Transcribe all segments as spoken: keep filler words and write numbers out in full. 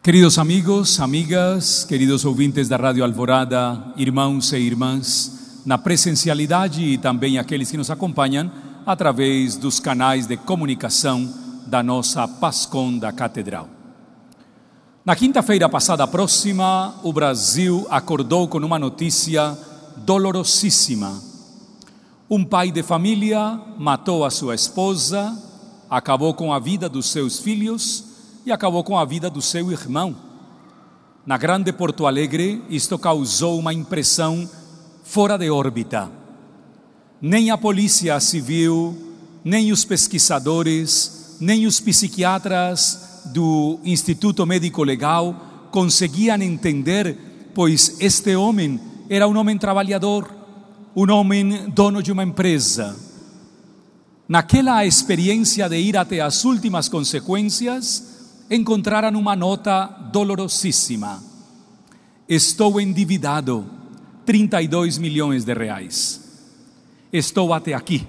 Queridos amigos, amigas, queridos ouvintes da Rádio Alvorada, irmãos e irmãs, na presencialidade e também aqueles que nos acompanham através dos canais de comunicação da nossa Pascom da Catedral. Na quinta-feira passada próxima, o Brasil acordou com uma notícia dolorosíssima. Um pai de família matou a sua esposa, acabou com a vida dos seus filhos e acabou com a vida do seu irmão. Na Grande Porto Alegre, isto causou uma impressão fora de órbita. Nem a Polícia Civil, nem os pesquisadores, nem os psiquiatras do Instituto Médico Legal conseguiam entender, pois este homem era um homem trabalhador, um homem dono de uma empresa. Naquela experiência de ir até as últimas consequências, encontraram uma nota dolorosíssima. Estou endividado, trinta e dois milhões de reais. Estou até aqui.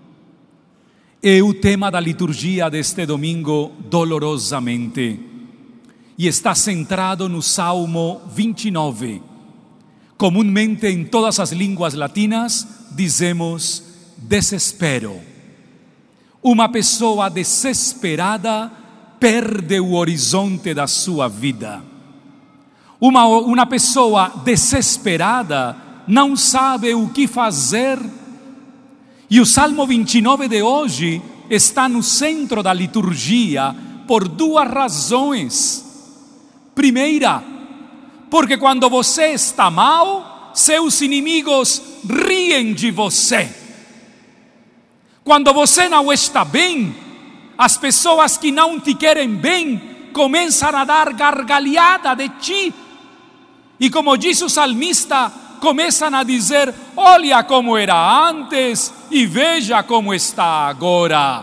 É o tema da liturgia deste domingo, dolorosamente. E está centrado no Salmo vinte e nove. Comumente em todas as línguas latinas dizemos desespero. Uma pessoa desesperada perde o horizonte da sua vida. Uma, uma pessoa desesperada não sabe o que fazer. E o Salmo vinte e nove de hoje está no centro da liturgia por duas razões. Primeira, porque quando você está mal, seus inimigos riem de você. Quando você não está bem, as pessoas que não te querem bem começam a dar gargalhada de ti. E como diz o salmista, começam a dizer: olha como era antes e veja como está agora.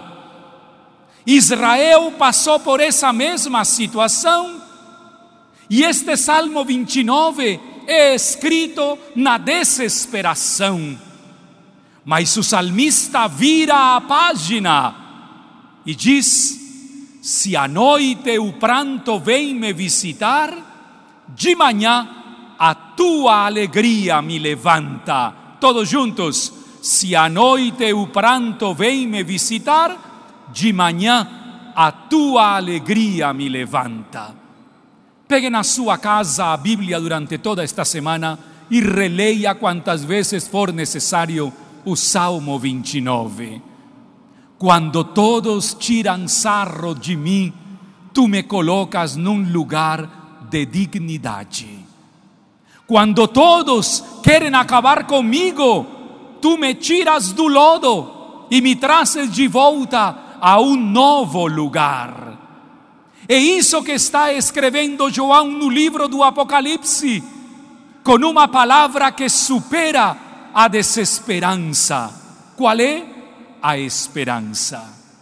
Israel passou por essa mesma situação. E este Salmo vinte e nove é escrito na desesperação. Mas o salmista vira a página e diz: se à noite o pranto vem me visitar, de manhã a tua alegria me levanta. Todos juntos: se à noite o pranto vem me visitar, de manhã a tua alegria me levanta. Pegue na sua casa a Bíblia durante toda esta semana e releia quantas vezes for necessário o Salmo vinte e nove. Quando todos tiram sarro de mim, tu me colocas num lugar de dignidade. Quando todos querem acabar comigo, tu me tiras do lodo e me trazes de volta a um novo lugar. É isso que está escrevendo João no livro do Apocalipse, com uma palavra que supera a desesperança. Qual é? A esperança.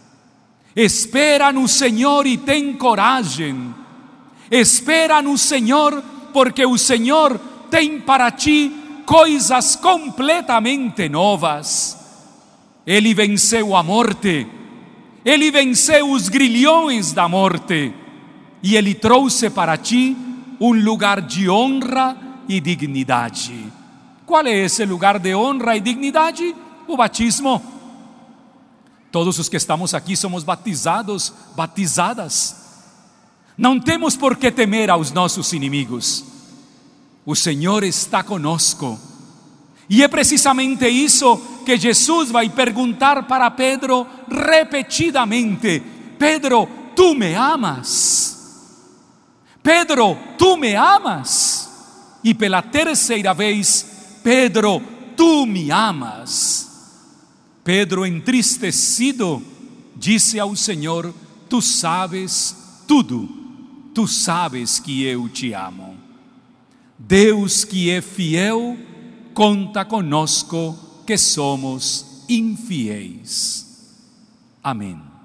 Espera no Senhor e tem coragem. Espera no Senhor, porque o Senhor tem para ti coisas completamente novas. Ele venceu a morte, Ele venceu os grilhões da morte e Ele trouxe para ti um lugar de honra e dignidade. Qual é esse lugar de honra e dignidade? O batismo. Todos os que estamos aqui somos batizados, batizadas. Não temos por que temer aos nossos inimigos. O Senhor está conosco. E é precisamente isso que Jesus vai perguntar para Pedro repetidamente: Pedro, tu me amas? Pedro, tu me amas? E pela terceira vez: Pedro, tu me amas? Pedro, entristecido, disse ao Senhor: tu sabes tudo, tu sabes que eu te amo. Deus que é fiel, conta conosco que somos infiéis. Amém.